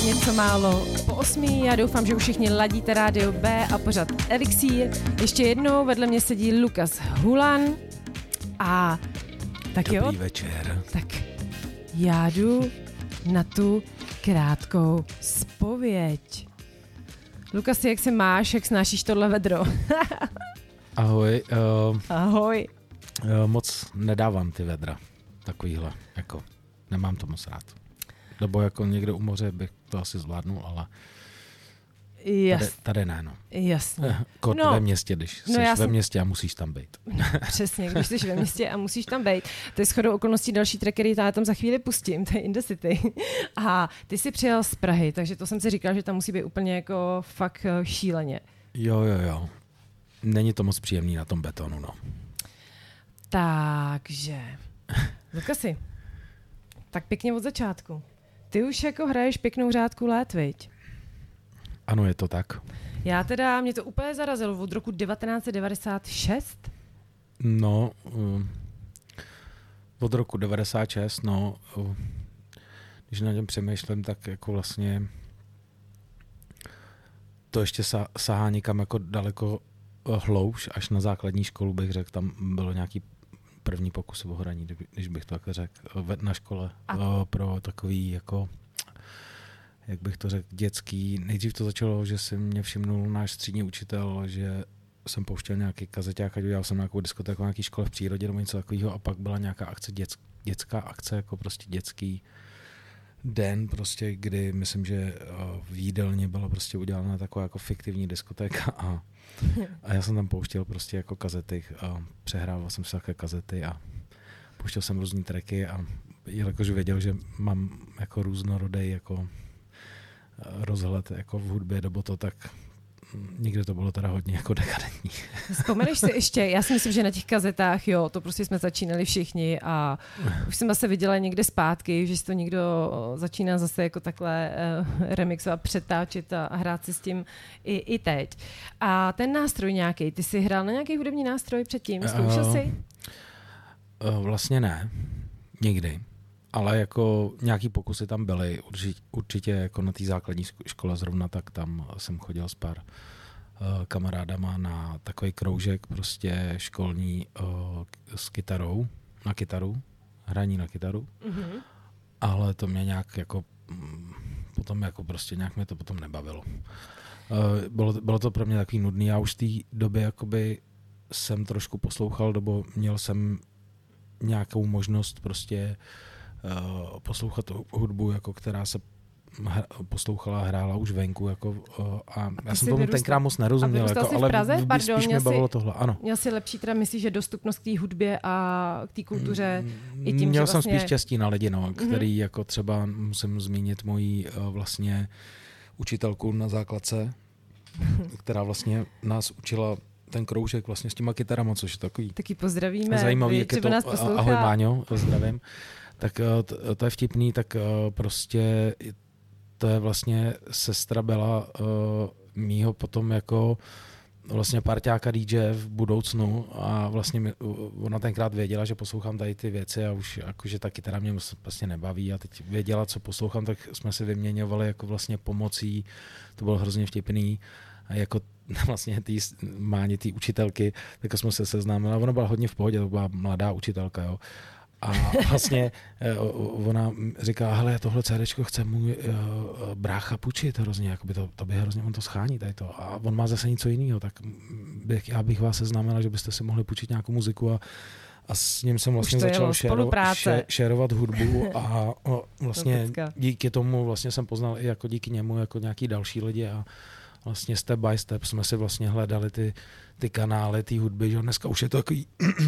něco málo po 8. Já doufám, že už všichni ladíte Rádio B a pořad Elixír. Ještě jednou vedle mě sedí Lukas Hulan a tak Dobrý jo. večer. Tak já jdu na tu krátkou zpověď. Lukasi, jak se máš, jak snášíš tohle vedro? Ahoj. Ahoj. Moc nedávám ty vedra. Takovýhle, jako nemám to moc rád. Nebo jako někde u moře bych to asi zvládnul, ale tady ne, no. Jasně. Ve městě, když jsi ve městě a musíš tam být. Přesně, když jsi ve městě a musíš tam být. To je shodou okolností další track, který já tam za chvíli pustím, to je In The City. A ty jsi přijel z Prahy, takže to jsem si říkal, že tam musí být úplně jako fakt šíleně. Jo. Není to moc příjemný na tom betonu, no. Takže, Lukasi, tak pěkně od začátku. Ty už jako hraješ pěknou řádku let, viď? Ano, je to tak. Já teda, mě to úplně zarazilo od roku 1996. No, od roku 96, no, když na něm přemýšlím, tak jako vlastně to ještě sahá někam jako daleko hlouš, až na základní školu bych řekl, tam bylo nějaký první pokus o hraní, když bych to tak řekl, na škole pro takový jako, jak bych to řekl, dětský. Nejdřív to začalo, že si mě všimnul náš střední učitel, že jsem pouštěl nějaký kazeťák a dělal jsem nějakou diskotéku na nějaký škole v přírodě nebo něco takového a pak byla nějaká akce, dětská akce, jako prostě dětský den, prostě, kdy myslím, že v jídelně byla prostě udělána taková jako fiktivní diskotéka a já jsem tam pouštěl prostě jako kazety a přehrával jsem si také kazety a pouštěl jsem různý tracky a jelikož věděl, že mám jako různorodý jako rozhled jako v hudbě nebo to, tak někde to bylo teda hodně jako dekadentní. Vzpomeneš si ještě, já si myslím, že na těch kazetách, jo, to prostě jsme začínali všichni a už jsem zase viděla někde zpátky, že si to někdo začíná zase jako takhle remixovat, přetáčet a hrát si s tím i teď. A ten nástroj nějaký, ty jsi hrál na nějaký hudební nástroj předtím? Zkoušel jsi? Vlastně ne, nikdy. Ale jako nějaký pokusy tam byly, určitě jako na té základní škole zrovna, tak tam jsem chodil s pár kamarádama na takový kroužek prostě školní s kytarou, na kytaru, hraní na kytaru, ale to mě nějak jako potom jako prostě nějak mě to potom nebavilo. Bylo to pro mě takový nudný, já už v té době jakoby jsem trošku poslouchal, nebo měl jsem nějakou možnost prostě poslouchat hudbu, jako která se poslouchala a hrála už venku, jako, a já jsem tomu tenkrát moc nerozuměl, jako, ale spíš mě bavilo tohle. Ano. Měl jsi lepší, teda myslíš, že dostupnost k té hudbě a k té kultuře i tím, měl že jsem vlastně... spíš štěstí na lidi, no, který jako třeba musím zmínit moji vlastně učitelku na základce, která vlastně nás učila ten kroužek vlastně s těma kytarama, což je takový taky pozdravíme, zajímavý, jak je to. Nás poslouchá. Ahoj Máňo, zdravím. Tak to je vtipný, tak prostě to je vlastně sestra byla mýho potom jako vlastně parťáka DJ v budoucnu a vlastně ona tenkrát věděla, že poslouchám tady ty věci a už jakože ta kytara mě vlastně nebaví a teď věděla, co poslouchám, tak jsme si vyměňovali jako vlastně pomocí, to bylo hrozně vtipný a jako vlastně Máni, té učitelky, tak jsme se seznámili a ona byla hodně v pohodě, to byla mladá učitelka, jo. A vlastně ona říká, hele, tohle CDčko chce můj brácha půjčit hrozně, jakoby to by hrozně, on to schání tady to. A on má zase něco jiného, tak já bych vás seznámila, že byste si mohli půjčit nějakou muziku a s ním jsem vlastně začal šerovat hudbu a vlastně díky tomu vlastně jsem poznal i jako díky němu jako nějaký další lidi a vlastně step by step jsme si vlastně hledali ty kanály, ty hudby, že dneska už je to takový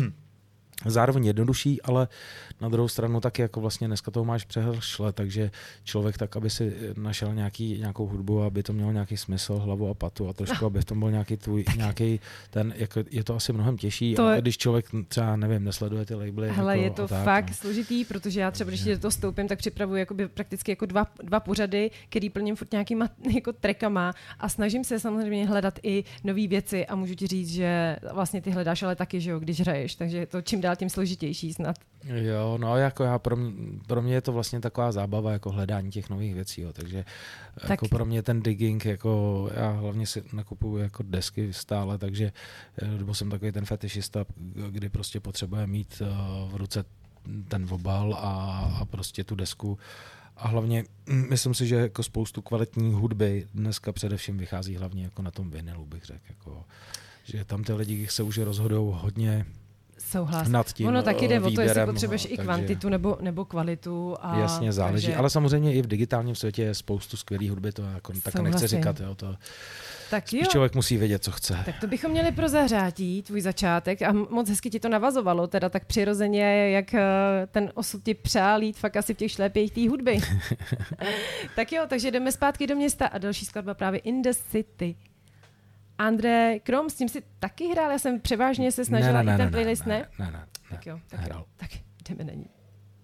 zároveň jednodušší, ale na druhou stranu taky jako vlastně dneska toho máš přehršle, takže člověk tak, aby si našel nějakou hudbu, aby to mělo nějaký smysl, hlavu a patu a trošku, aby v tom byl nějaký ten, jako je to asi mnohem těžší, ale když člověk třeba, nevím, nesleduje ty labely. Hele, jako, je to fakt složitý, protože já třeba, když do toho stoupím, tak připravuji jakoby prakticky jako dva pořady, který plním furt nějakýma jako trackama a snažím se samozřejmě hledat i nové věci a můžu ti říct, že vlastně ty hledáš ale taky, že jo, když hraješ, takže je to čím dál tím složitější snad. Jo, no jako pro mě je to vlastně taková zábava jako hledání těch nových věcí, jo, takže tak. Jako pro mě ten digging, jako já hlavně si nakupuju jako desky stále, takže nebo jsem takový ten fetišista, kdy prostě potřebuje mít v ruce ten obal a prostě tu desku. A hlavně myslím si, že jako spoustu kvalitní hudby dneska především vychází hlavně jako na tom vinilu, bych řekl. Jako, že tam ty lidi se už rozhodují hodně nad tím ono taky jde o to, jestli potřebuješ i takže kvantitu nebo kvalitu. A jasně, záleží. Ale samozřejmě i v digitálním světě je spoustu skvělých hudby, to jako tak nechci říkat. Jo, to tak spíš člověk musí vědět, co chce. Tak to bychom měli pro zahřátí, tvůj začátek, a moc hezky ti to navazovalo, teda tak přirozeně, jak ten osud ti přál jít fakt asi v těch šlépějích té hudby. Tak jo, takže jdeme zpátky do města a další skladba právě In the City. André Krom, s tím si taky hrál? Já jsem převážně se snažila i ten playlist, ne? Ne. Tak jo, tak jdeme na ní.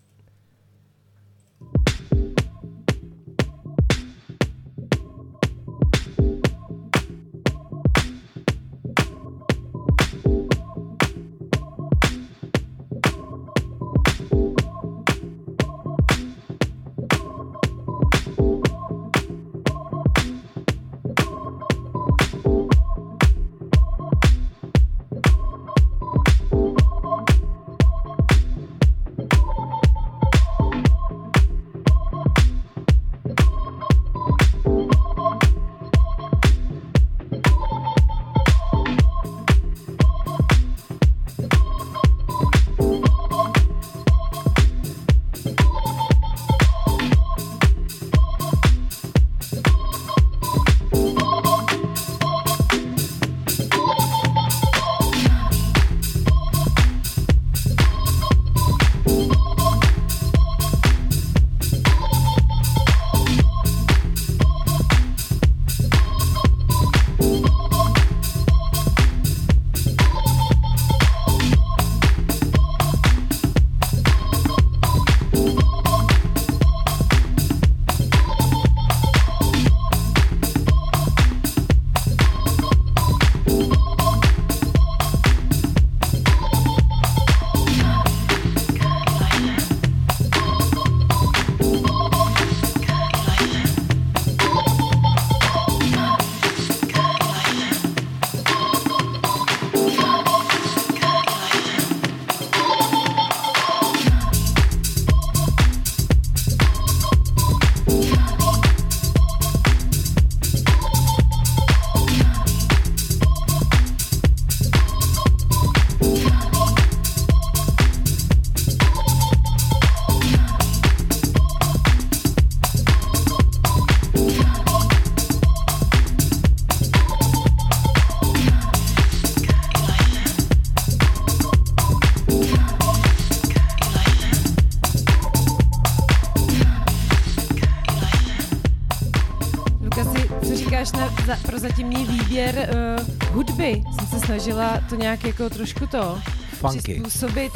Prozatímní výběr hudby. Jsem se snažila to nějak jako trošku přizpůsobit.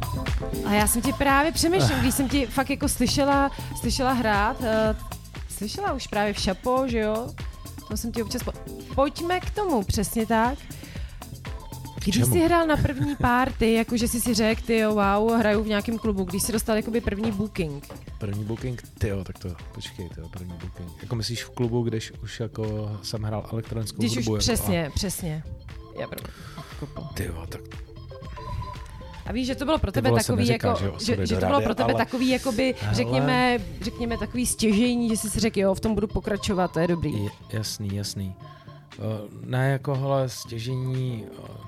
A já jsem ti právě přemýšlel, když jsem ti fakt jako slyšela hrát. Slyšela už právě v Šapo, že jo? To jsem ti občas... Pojďme k tomu, přesně tak. Když jsi hrál na první party, jakože jsi si řekl, tyjo, wow, hraju v nějakém klubu, když jsi dostal jakoby první booking. První booking? Tyjo, tak to, počkej, první booking. Jako myslíš v klubu, když už jako jsem hrál elektronickou hudbu? Když už přesně. Tyjo, tak... A víš, že to bylo pro tebe takový, že to bylo pro tebe takový, jakoby, řekněme takový stěžejní, že jsi si řekl, jo, v tom budu pokračovat, to je dobrý. Jasný. Ne, jako hele, stěžení...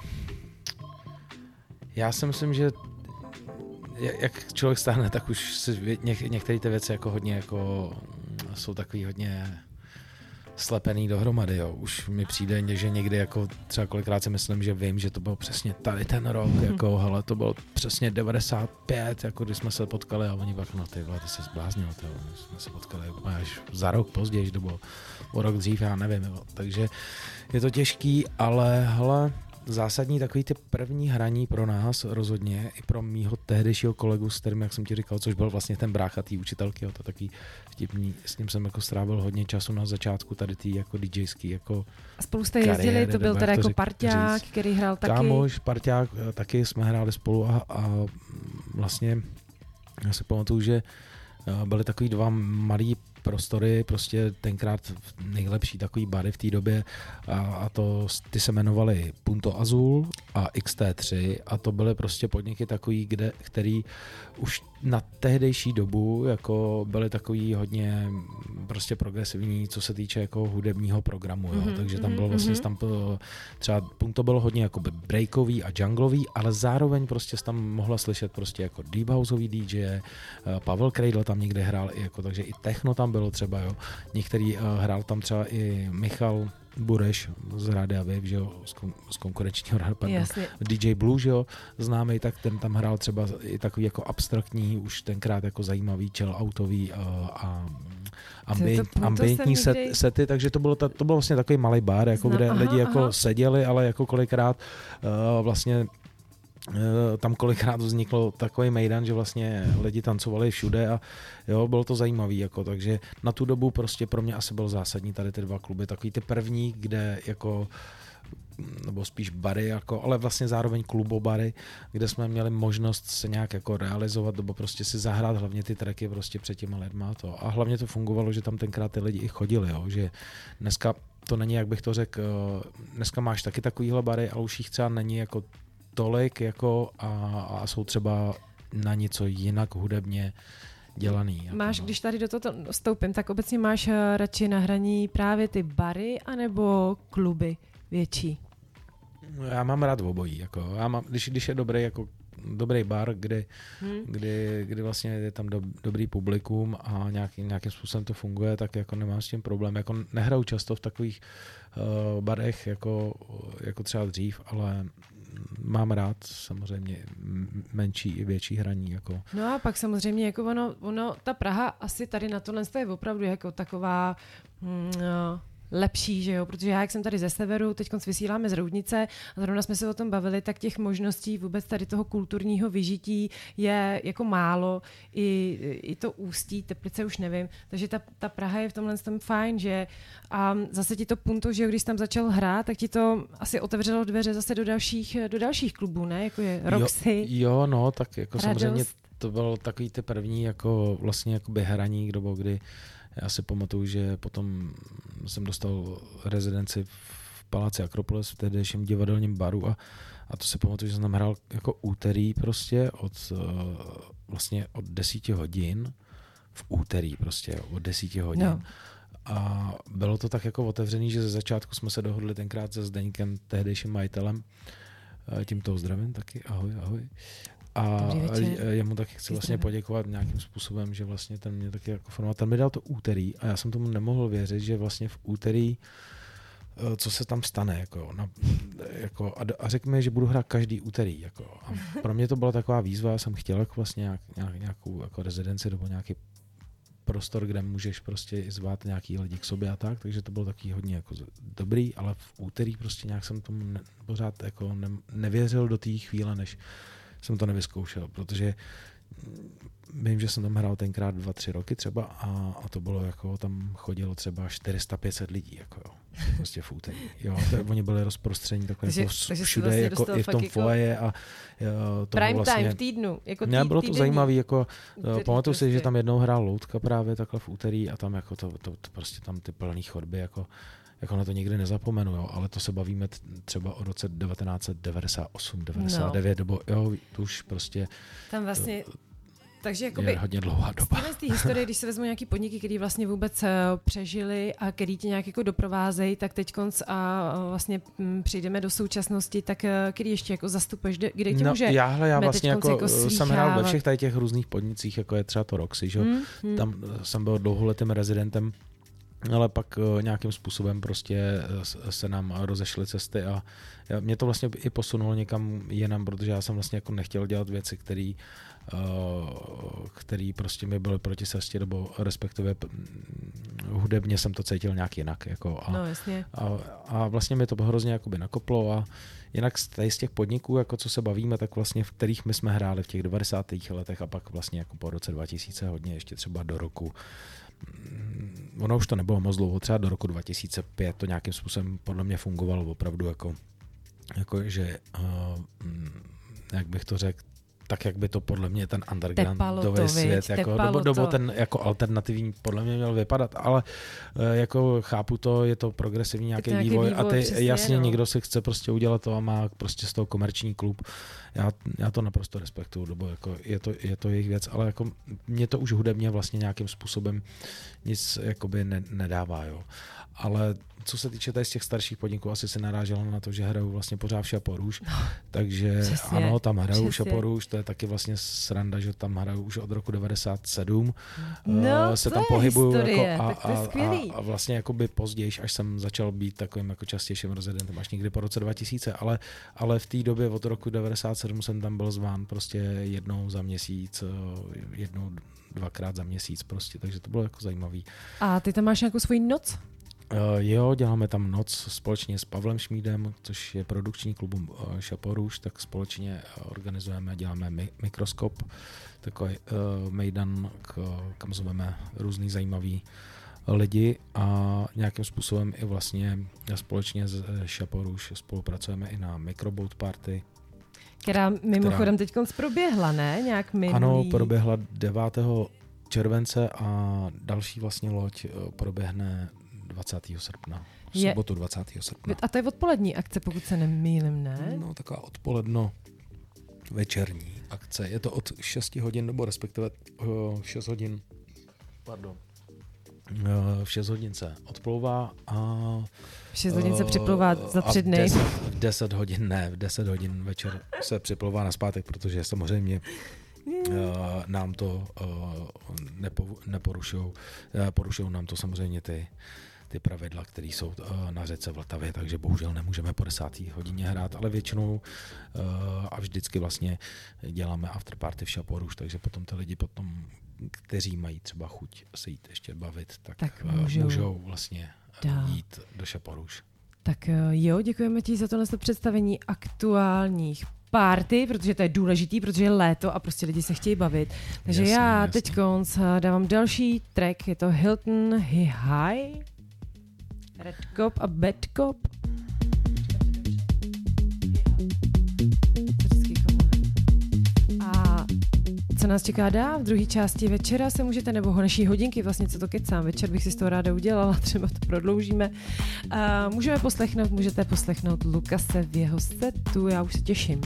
Já si myslím, že jak člověk stáhne, tak už si některé ty věci jako hodně jako jsou takový hodně slepený dohromady, jo. Už mi přijde, že někdy jako třeba kolikrát si myslím, že vím, že to byl přesně tady ten rok, jako hele, to bylo přesně 95, jako když jsme se potkali a oni pak, no ty vole, ty jsi zbláznil, jsme se potkali až za rok později, to bylo o rok dřív, já nevím, jo. Takže je to těžký, ale hele, zásadní takový ty první hraní pro nás rozhodně, i pro mýho tehdejšího kolegu, s kterým, jak jsem ti říkal, což byl vlastně ten brácha té učitelky, to taky vtipný, s ním jsem jako strávil hodně času na začátku tady tý jako DJský, jako a spolu jste jezdili, to byl teda jako parťák, který hrál taky? Kámoš, parťák, taky jsme hráli spolu a vlastně já si pamatuju, že byly takový dva malý prostory, prostě tenkrát nejlepší takový bary v té době a ty se jmenovaly Punto Azul a XT3 a to byly prostě podniky takový, který už na tehdejší dobu jako byly takový hodně prostě progresivní, co se týče jako hudebního programu, jo. Takže tam bylo vlastně tam třeba Punto bylo hodně jako breakový a junglový, ale zároveň prostě tam mohla slyšet prostě jako deep houseový DJ, Pavel Kreidl tam někde hrál i jako, takže i techno tam bylo třeba, jo. Některý hrál tam třeba i Michal Bureš z Rádia Wave, že jo, z konkurenčního rádia, DJ Blue, že jo, známý, tak ten tam hrál třeba i takový jako abstraktní, už tenkrát jako zajímavý chill outový a ambientní sety, takže to bylo vlastně takový malý bar, jako kde lidi jako seděli, ale jako kolikrát vlastně tam kolikrát vzniklo takový mejdan, že vlastně lidi tancovali všude a jo, bylo to zajímavý, jako, takže na tu dobu prostě pro mě asi byl zásadní tady ty dva kluby, takový ty první, kde jako nebo spíš bary, jako, ale vlastně zároveň klubobary, kde jsme měli možnost se nějak jako realizovat nebo prostě si zahrát hlavně ty tracky prostě před těma lidma to. A hlavně to fungovalo, že tam tenkrát ty lidi i chodili, jo, že dneska to není, jak bych to řekl, dneska máš taky takovýhle bary, ale už jich třeba není jako tolik jako a jsou třeba na něco jinak hudebně dělaný. Máš, když tady do toho vstoupím, tak obecně máš radši na hraní právě ty bary anebo kluby větší? Já mám rád obojí. Jako. Já mám, když je dobrý bar, kdy vlastně je tam dobrý publikum a nějakým způsobem to funguje, tak jako nemám s tím problém. Jako nehraju často v takových barech jako třeba dřív, ale mám rád samozřejmě menší i větší hraní. Jako. No a pak samozřejmě jako ono ta Praha asi tady na tohle je opravdu jako taková lepší, že jo, protože já, jak jsem tady ze severu, teď vysíláme z Roudnice a zrovna jsme se o tom bavili, tak těch možností vůbec tady toho kulturního vyžití je jako málo, i to Ústí, Teplice už nevím, takže ta Praha je v tomhle tom fajn, že a zase ti to Punto, že jo, když jsi tam začal hrát, tak ti to asi otevřelo dveře zase do dalších klubů, ne, jako je Roxy. Jo, no, tak jako Radost. samozřejmě to bylo takový ty první jako vlastně jakoby hraní, kdy já si pamatuju, že potom jsem dostal rezidenci v Paláci Akropolis v tehdejším divadelním baru a to si pamatuju, že jsem tam hrál jako úterý prostě vlastně od 10 hodin v úterý prostě od 10 hodin. No. A bylo to tak jako otevřený, že ze začátku jsme se dohodli tenkrát se Zdeňkem, tehdejším majitelem, tímto zdravím taky, ahoj. A jemu taky chci vlastně poděkovat nějakým způsobem, že vlastně ten mě taky jako formoval. Ten mi dal to úterý a já jsem tomu nemohl věřit, že vlastně v úterý co se tam stane. A řekl mi, že budu hrát každý úterý. Jako. A pro mě to byla taková výzva, já jsem chtěl jako vlastně nějakou jako rezidenci nebo nějaký prostor, kde můžeš prostě zvát nějaký lidi k sobě a tak, takže to bylo taky hodně jako dobrý, ale v úterý prostě nějak jsem tomu pořád jako nevěřil do té chvíle, než jsem to nevyzkoušel, protože vím, že jsem tam hrál tenkrát 2-3 roky třeba a to bylo jako, tam chodilo třeba 400-500 lidí, jako jo, prostě v úterý. Jo, oni byli rozprostření takhle jako všude, vlastně jako i v tom foaje a to prime vlastně, time v týdnu. Jako bylo to zajímavé, jako pamatuju si, že tam jednou hrál Loutka právě takhle v úterý a tam jako to prostě tam ty plný chodby, jako na to nikdy nezapomenu, jo, ale to se bavíme třeba o roce 1998, 99, nebo jo, to už prostě tam vlastně takže jakoby je hodně dlouhá doba. Z té historie, když se vezmu nějaký podniky, který vlastně vůbec přežili a který tě nějak jako doprovázejí, tak teď a vlastně přijdeme do současnosti, tak který ještě jako zastupuješ, kde tě může já vlastně jako jsem hrál ve všech tady těch různých podnicích, jako je třeba to Roxy, že? Tam jsem byl dlouholetým rezidentem, ale pak nějakým způsobem prostě se nám rozešly cesty a mě to vlastně i posunulo někam jinam, protože já jsem vlastně jako nechtěl dělat věci, které který prostě mi byly proti srsti, nebo respektive hudebně jsem to cítil nějak jinak. Jako, No, jasně. A vlastně mi to hrozně jakoby nakoplo a jinak z těch podniků, jako co se bavíme, tak vlastně v kterých my jsme hráli v těch 90. letech a pak vlastně jako po roce 2000 hodně ještě třeba do roku, ono už to nebylo moc dlouho, třeba do roku 2005 to nějakým způsobem podle mě fungovalo opravdu jako že jak bych to řekl, tak jak by to podle mě ten undergroundový svět jako ten jako alternativní podle mě měl vypadat, ale jako chápu to, je to progresivní nějaký vývoj a ty přesně, jasně někdo si chce prostě udělat to a má prostě z toho komerční klub. Já to naprosto respektuju, nebo jako je to jejich věc, ale jako mě to už hudebně vlastně nějakým způsobem nic jakoby nedává, jo. Ale co se týče tady z těch starších podniků, asi se naráželo na to, že hrajou vlastně pořád v Chapeau Rouge, takže přesně, ano, tam hrajou v Chapeau Rouge, to je taky vlastně sranda, že tam hrajou už od roku 97, se tam pohybuju jako a vlastně jakoby později, až jsem začal být takovým jako častějším rezidentem, až někdy po roce 2000, ale v té době od roku 97 jsem tam byl zván prostě jednou za měsíc, dvakrát za měsíc prostě, takže to bylo jako zajímavý. A ty tam máš nějakou svoji noc? Jo, děláme tam noc společně s Pavlem Šmídem, což je produkční klubem Chapeau Rouge, tak společně organizujeme, děláme Mikroskop, takový mejdan, kam zveme různý zajímavý lidi a nějakým způsobem i vlastně společně s Chapeau Rouge spolupracujeme i na Microboat Party. Která mimochodem teďkonc proběhla, ne? Nějak minulý... Ano, proběhla 9. července a další vlastně loď proběhne 20. srpna. V sobotu 20. srpna. A to je odpolední akce, pokud se nemýlim, ne? No, taková odpoledno večerní akce. Je to od 6 hodin, nebo respektive 6 hodin. Pardon. V 6 hodin se odplouvá a... V 6 hodin se připlouvá za 3 dny. V 10 hodin večer se připlouvá nazpátek, protože samozřejmě nám to neporušují. Porušují nám to samozřejmě ty pravidla, které jsou na řece Vltavě, takže bohužel nemůžeme po 10. hodině hrát, ale většinou a vždycky vlastně děláme afterparty v Chapeau Rouge, takže potom ty lidi kteří mají třeba chuť se jít ještě bavit, tak můžou vlastně jít do Chapeau Rouge. Tak jo, děkujeme ti za tohle představení aktuálních party, protože to je důležitý, protože je léto a prostě lidi se chtějí bavit. Takže já teď dávám další track, je to Hilton High, Red Cop a Bad Cop. A co nás čeká dál? V druhé části večera se můžete, nebo naší hodinky, vlastně co to kecám, večer bych si z toho ráda udělala, třeba to prodloužíme. Můžete poslechnout Lukase v jeho setu, já už se těším.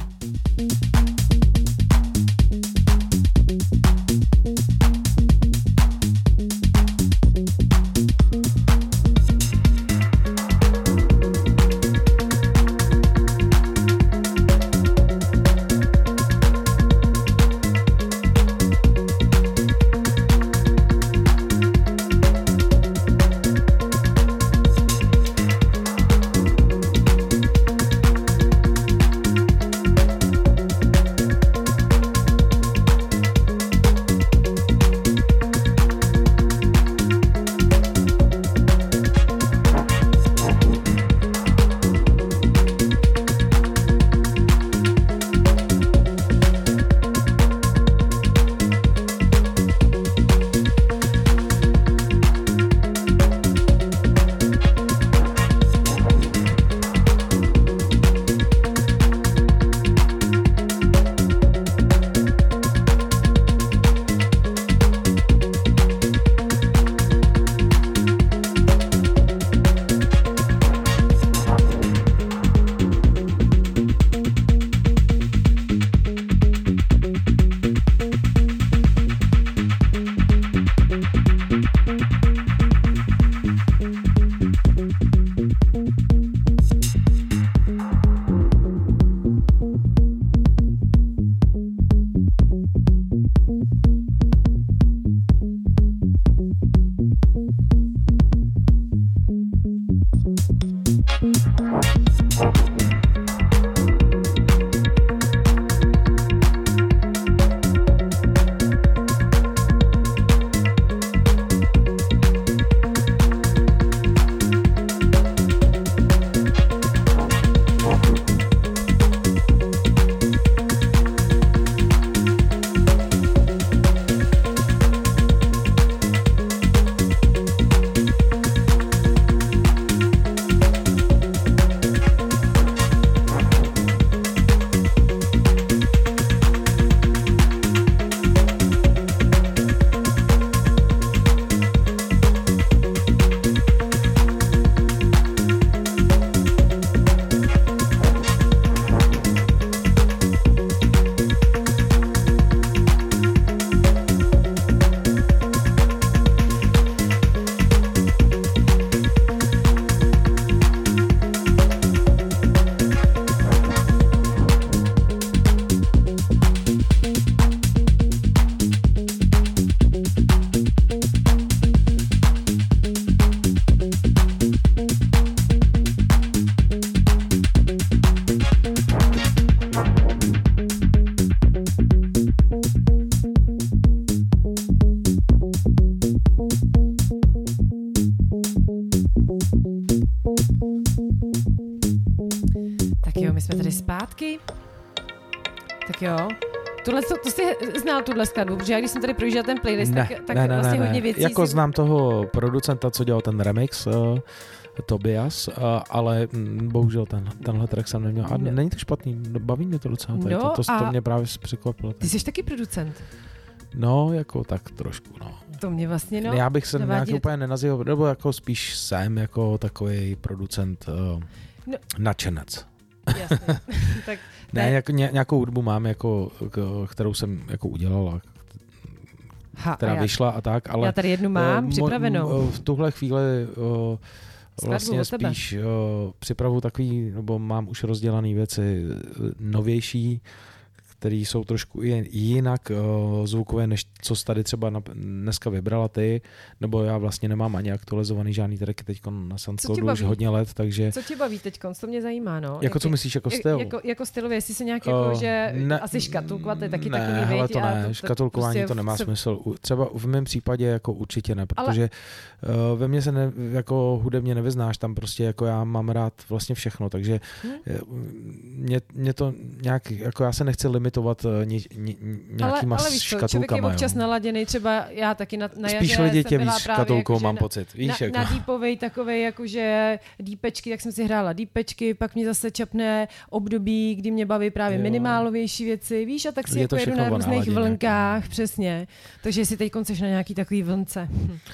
Tak jo. To jsi znal tuhle skladbu, protože já když jsem tady projížděl ten playlist, tak vlastně hodně věcí. Jako znám toho producenta, co dělal ten remix, Tobias, ale bohužel tenhle track jsem neměl. A není to špatný, baví mě to docela. To mě právě překvapilo. Ty jsi taky producent? No, jako tak trošku, no. To mě vlastně, no. Já bych se nějak úplně nenazýval, nebo jako spíš jsem jako takový producent nadšenec. Jasně. Tak, ne, jako nějakou hudbu mám, jako, kterou jsem jako udělal, která vyšla a tak, ale... Já tady jednu mám připravenou. V tuhle chvíli vlastně spíš připravu takový, nebo mám už rozdělané věci novější, které jsou trošku jinak zvukové, než co jsi tady třeba dneska vybrala ty, nebo já vlastně nemám ani aktualizovaný žádný tracky teď na SoundCloudu už hodně let, takže... Co tě baví teď? To mě zajímá, no. Jako co myslíš, jako styl? Jako stylově, jestli se nějak jako, že asi škatulkovat je taky takový věc. Ne, to ne, škatulkování prostě to nemá smysl. Třeba v mém případě jako určitě ne, protože ve mně se jako hudebně nevyznáš, tam prostě jako já mám rád vlastně všechno, takže mě to nějak, jako já se nechci limitovat nějakýma škatulkama. Člověk je občas naladěný, třeba já taky na spíš lidi tě víc škatulkou, mám pocit. Víš, na deepovej takovej, jakože deepečky, tak jsem si hrála deepečky, pak mě zase čapne období, kdy mě baví právě minimálovější věci, víš, a tak si jako jedu na různých vlnkách, přesně. Takže si teď chceš na nějaký takový vlnce.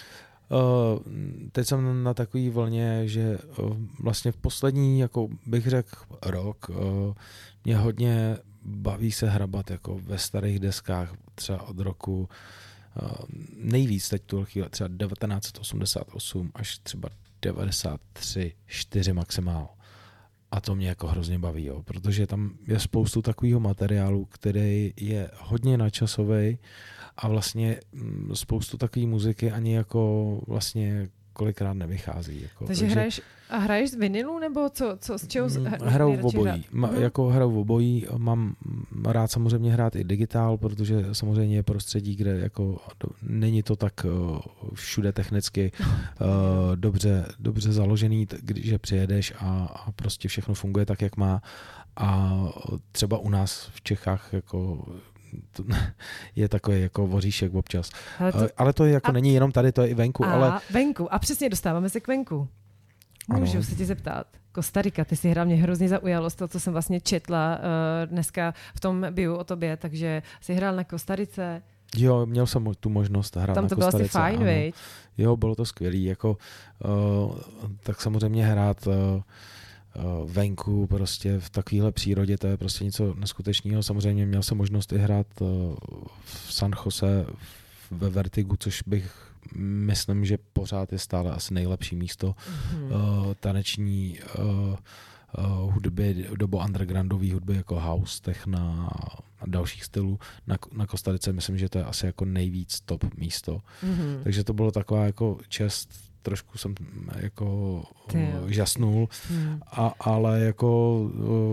Teď jsem na takový vlně, že vlastně v poslední, jako bych řekl, rok, mě hodně baví se hrabat jako ve starých deskách, třeba od roku nejvíc teď tu chvíli, třeba 1988 až třeba 93, 4 maximál. A to mě jako hrozně baví, jo, protože tam je spoustu takového materiálu, který je hodně nadčasový a vlastně spoustu takové muziky ani jako vlastně kolikrát nevychází. Jako, takže hraješ z vinilu, nebo z čeho hraju v obojí. Jako hraju v obojí, mám rád samozřejmě hrát i digitál, protože samozřejmě je prostředí, kde jako není to tak všude technicky dobře založený, když přijedeš a prostě všechno funguje tak, jak má. A třeba u nás v Čechách jako to je takový jako voříšek občas. Ale to je jako není jenom tady, to je i venku. Venku. A přesně dostáváme se k venku. Můžu se ti zeptat. Kostarika, ty si hra mě hrozně zaujalo z toho, co jsem vlastně četla dneska v tom bio o tobě, takže jsi hrál na Kostarice. Jo, měl jsem tu možnost hrát na Kostarice. Tam to bylo asi fajn, veď? Jo, bylo to skvělý. Jako, tak samozřejmě hrát venku prostě v takovéhle přírodě, to je prostě něco neskutečného. Samozřejmě měl jsem možnost i hrát v San Jose ve Vertigu, což bych myslím, že pořád je stále asi nejlepší místo taneční hudby, nebo undergroundové hudby jako house, techno a dalších stylů. Na Kostarice myslím, že to je asi jako nejvíc top místo. Takže to bylo taková jako čest. Trošku jsem jako žasnul, ale jako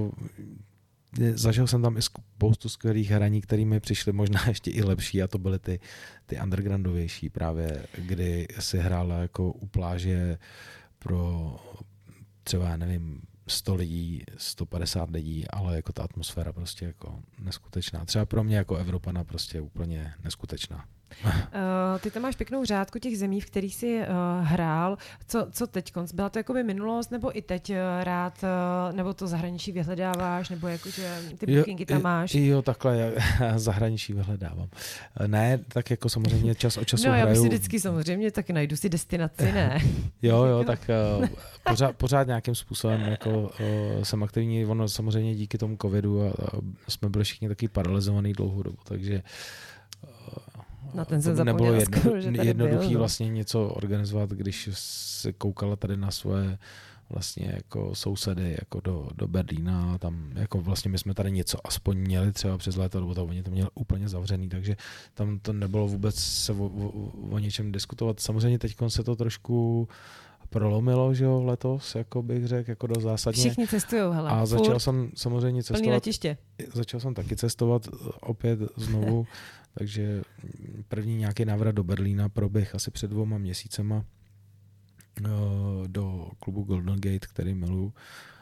zažil jsem tam i spoustu skvělých hraní, které mi přišly možná ještě i lepší, a to byly ty undergroundovější právě, kdy si hrála jako u pláže pro třeba, já nevím, 100 lidí, 150 lidí, ale jako ta atmosféra prostě jako neskutečná. Třeba pro mě jako Evropana prostě úplně neskutečná. Ty tam máš pěknou řádku těch zemí, v kterých jsi hrál. Co teď? Byla to jakoby minulost, nebo i teď rád, nebo to zahraničí vyhledáváš, nebo jakože ty bookingy tam máš? Jo, takhle zahraničí vyhledávám. Ne, tak jako samozřejmě čas od času hraju. No, já bych si vždycky samozřejmě taky najdu si destinaci, ne? jo, tak pořád nějakým způsobem jako jsem aktivní, ono samozřejmě díky tomu covidu a jsme byli všichni taky paralizovaný dlouhou dobu, takže na ten jsem nebylo jednoduchý vlastně něco organizovat, když se koukala tady na svoje vlastně jako sousedy jako do Berlína, tam jako vlastně my jsme tady něco aspoň měli třeba přes léto, nebo to oni to měli úplně zavřený, takže tam to nebylo vůbec se o něčem diskutovat. Samozřejmě teď se to trošku prolomilo, že jo, letos, jako bych řekl, jako dost zásadně. Všichni cestujou, hele. A začal jsem samozřejmě cestovat. Plný letiště. Začal jsem taky cestovat opět znovu, takže první nějaký návrat do Berlína proběh asi před 2 měsícema do klubu Golden Gate, který miluju.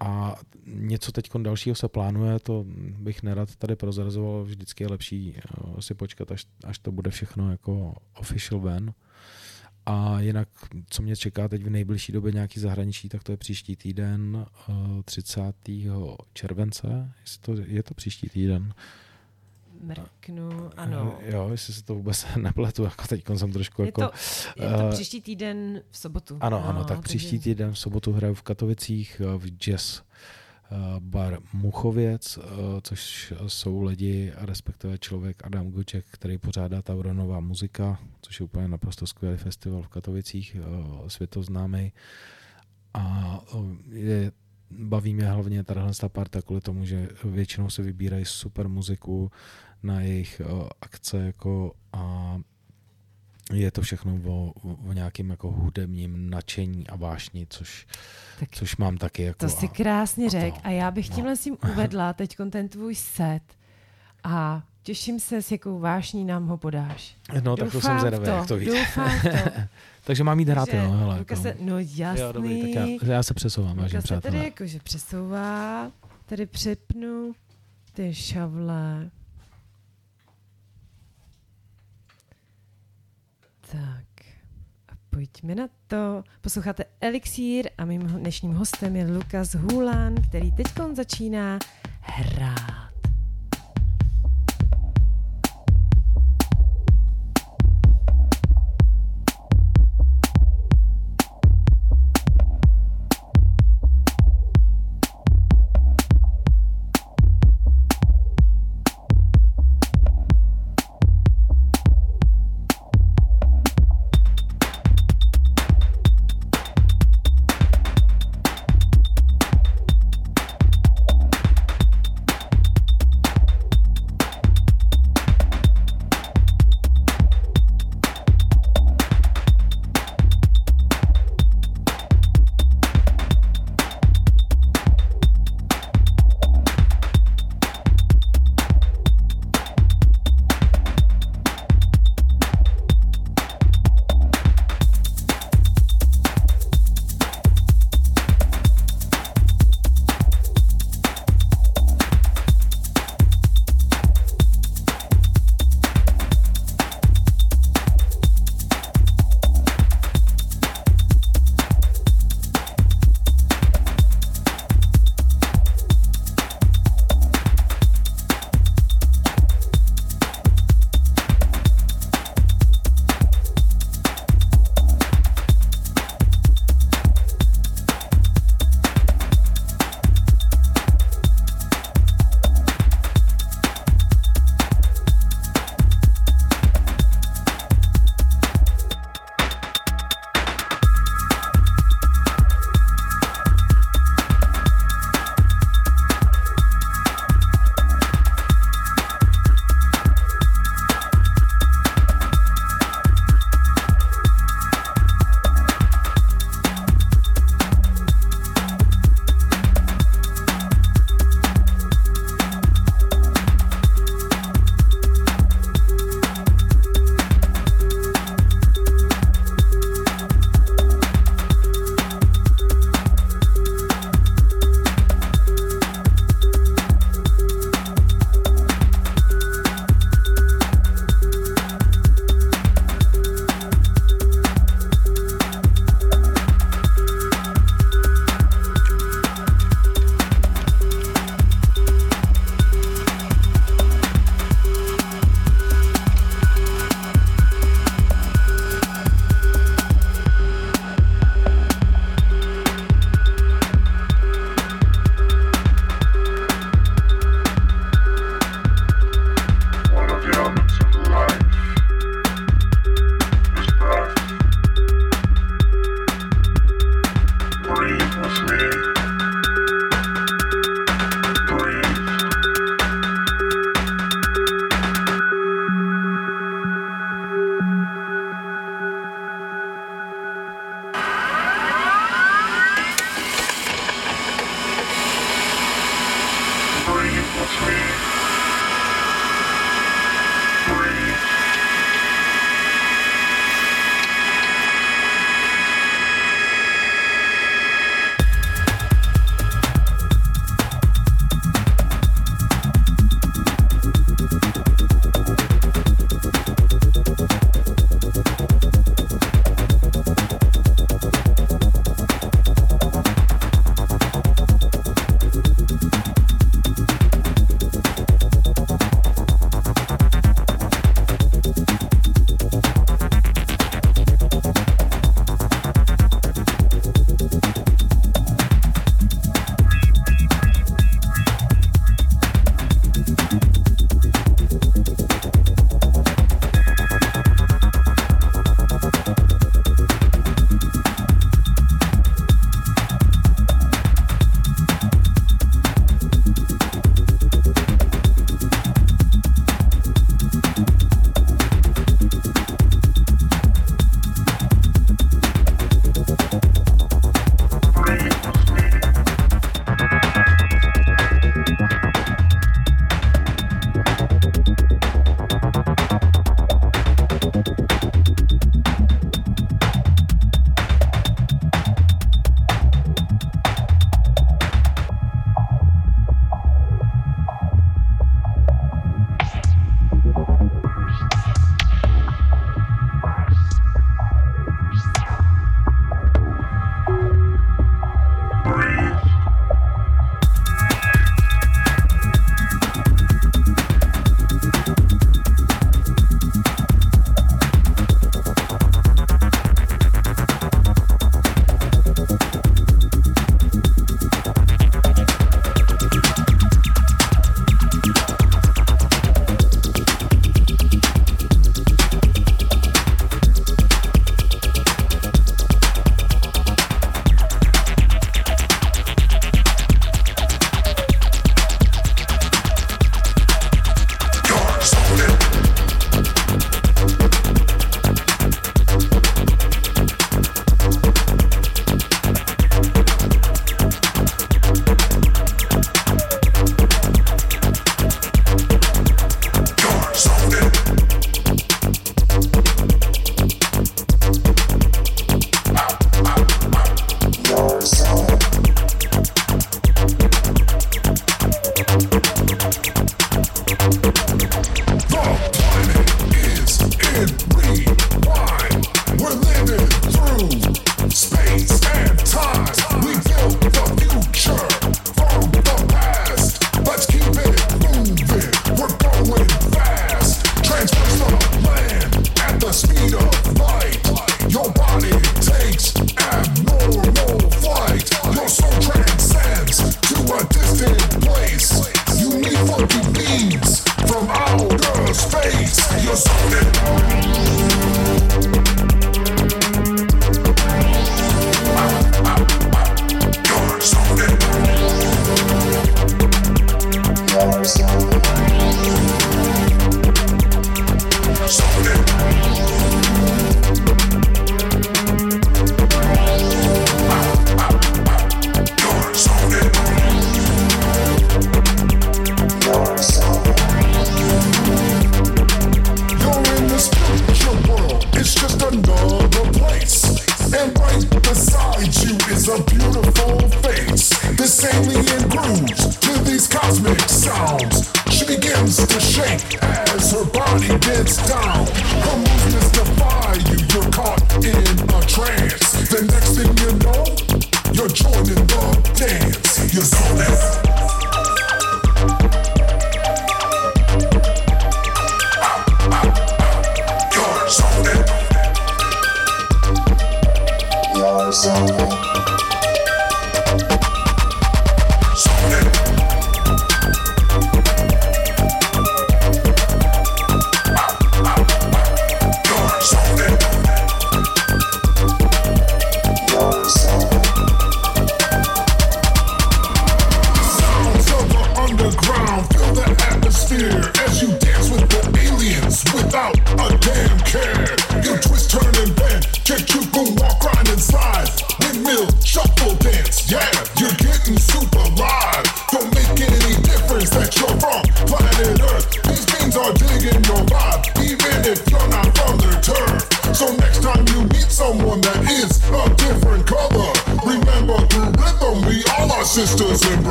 A něco teď dalšího se plánuje, to bych nerad tady prozrazoval, vždycky je lepší si počkat, až to bude všechno jako official ven. A jinak, co mě čeká teď v nejbližší době nějaký zahraničí, tak to je příští týden 30. července. Je to příští týden? Mrknu, ano. Jo, jestli se to vůbec nepletu, jako teď jsem trošku je to příští týden v sobotu. Ano, tak příští týden v sobotu hraju v Katovicích v jazz bar Muchověc, což jsou lidi, a respektive člověk Adam Guček, který pořádá Tauronová muzika, což je úplně naprosto skvělý festival v Katovicích, světoznámý. A baví mě hlavně tahle parta kvůli tomu, že většinou se vybírají super muziku na jejich akce jako a je to všechno o nějakým jako hudebním nadšení a vášni, což mám taky. Jako to si krásně řekl a já bych tímhle si uvedla teď ten tvůj set a těším se, s jakou vášní nám ho podáš. No, tak to jsem zvědavý, jak to víte. Doufám v to. Takže mám jít hrát, jo. Hele, jako. No jasný. Jo, dobrý, tak já se přesouvám, vážně přátelé. Luka se tady jakože přesouvá, tady přepnu ty šavle. Tak a pojďme na to. Posloucháte Elixír a mým dnešním hostem je Lukas Hůlan, který teď začíná hrát.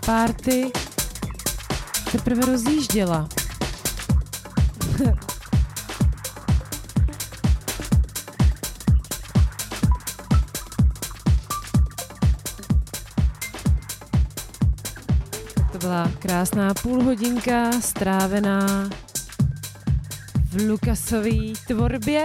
party teprve rozjížděla. To byla krásná půlhodinka strávená v Lukasové tvorbě.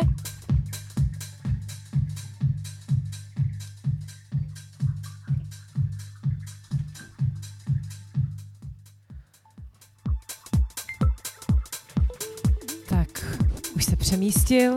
Tak, už se přemístil.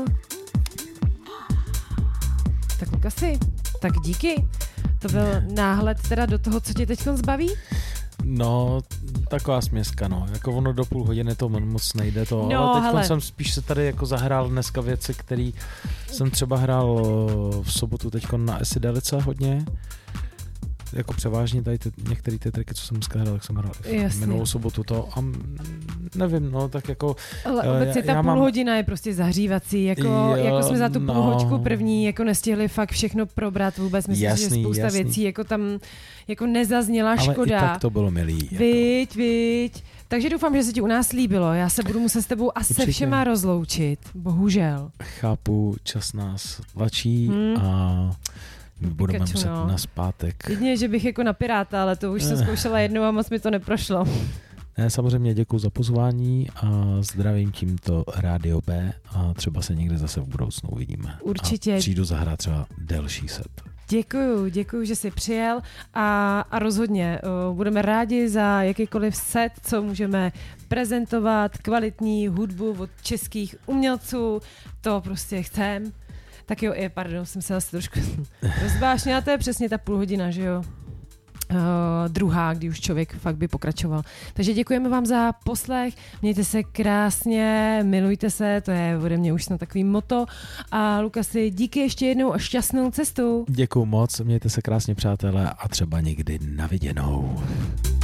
Tak Lukasi, tak díky. To byl náhled teda do toho, co tě teď zbaví? No, taková směska, no. Jako ono do půl hodiny to moc nejde to, no, ale teď jsem spíš se tady jako zahrál dneska věci, které jsem třeba hrál v sobotu teďko na Esidelice hodně. Jako převážně tady některé ty triky, co jsem dneska hrál, tak jsem hrál minulou sobotu to a nevím, no, tak jako... Ale obecně ta půl hodina je prostě zahřívací, jako jsme za tu půlhoďku první jako nestihli fakt všechno probrat vůbec, myslím, že spousta věcí jako tam jako nezazněla škoda. Ale i tak to bylo milý. Viď. Takže doufám, že se ti u nás líbilo. Já se budu muset s tebou se všema rozloučit, bohužel. Chápu, čas nás tlačí a... budeme muset na zpátek. Jedině, že bych jako na Piráta, ale to už jsem zkoušela jednou a moc mi to neprošlo. Ne, samozřejmě děkuji za pozvání a zdravím tímto Rádio B a třeba se někde zase v budoucnu uvidíme. Určitě. A přijdu zahrát třeba delší set. Děkuju, že jsi přijel a rozhodně budeme rádi za jakýkoliv set, co můžeme prezentovat, kvalitní hudbu od českých umělců, to prostě chcem. Tak jo, pardon, jsem se asi trošku rozvášnila, to je přesně ta půl hodina, že jo? Druhá, kdy už člověk fakt by pokračoval. Takže děkujeme vám za poslech, mějte se krásně, milujte se, to je ode mě už snad takový motto. A Lukasi, díky ještě jednou a šťastnou cestu. Děkuju moc, mějte se krásně, přátelé, a třeba někdy na viděnou.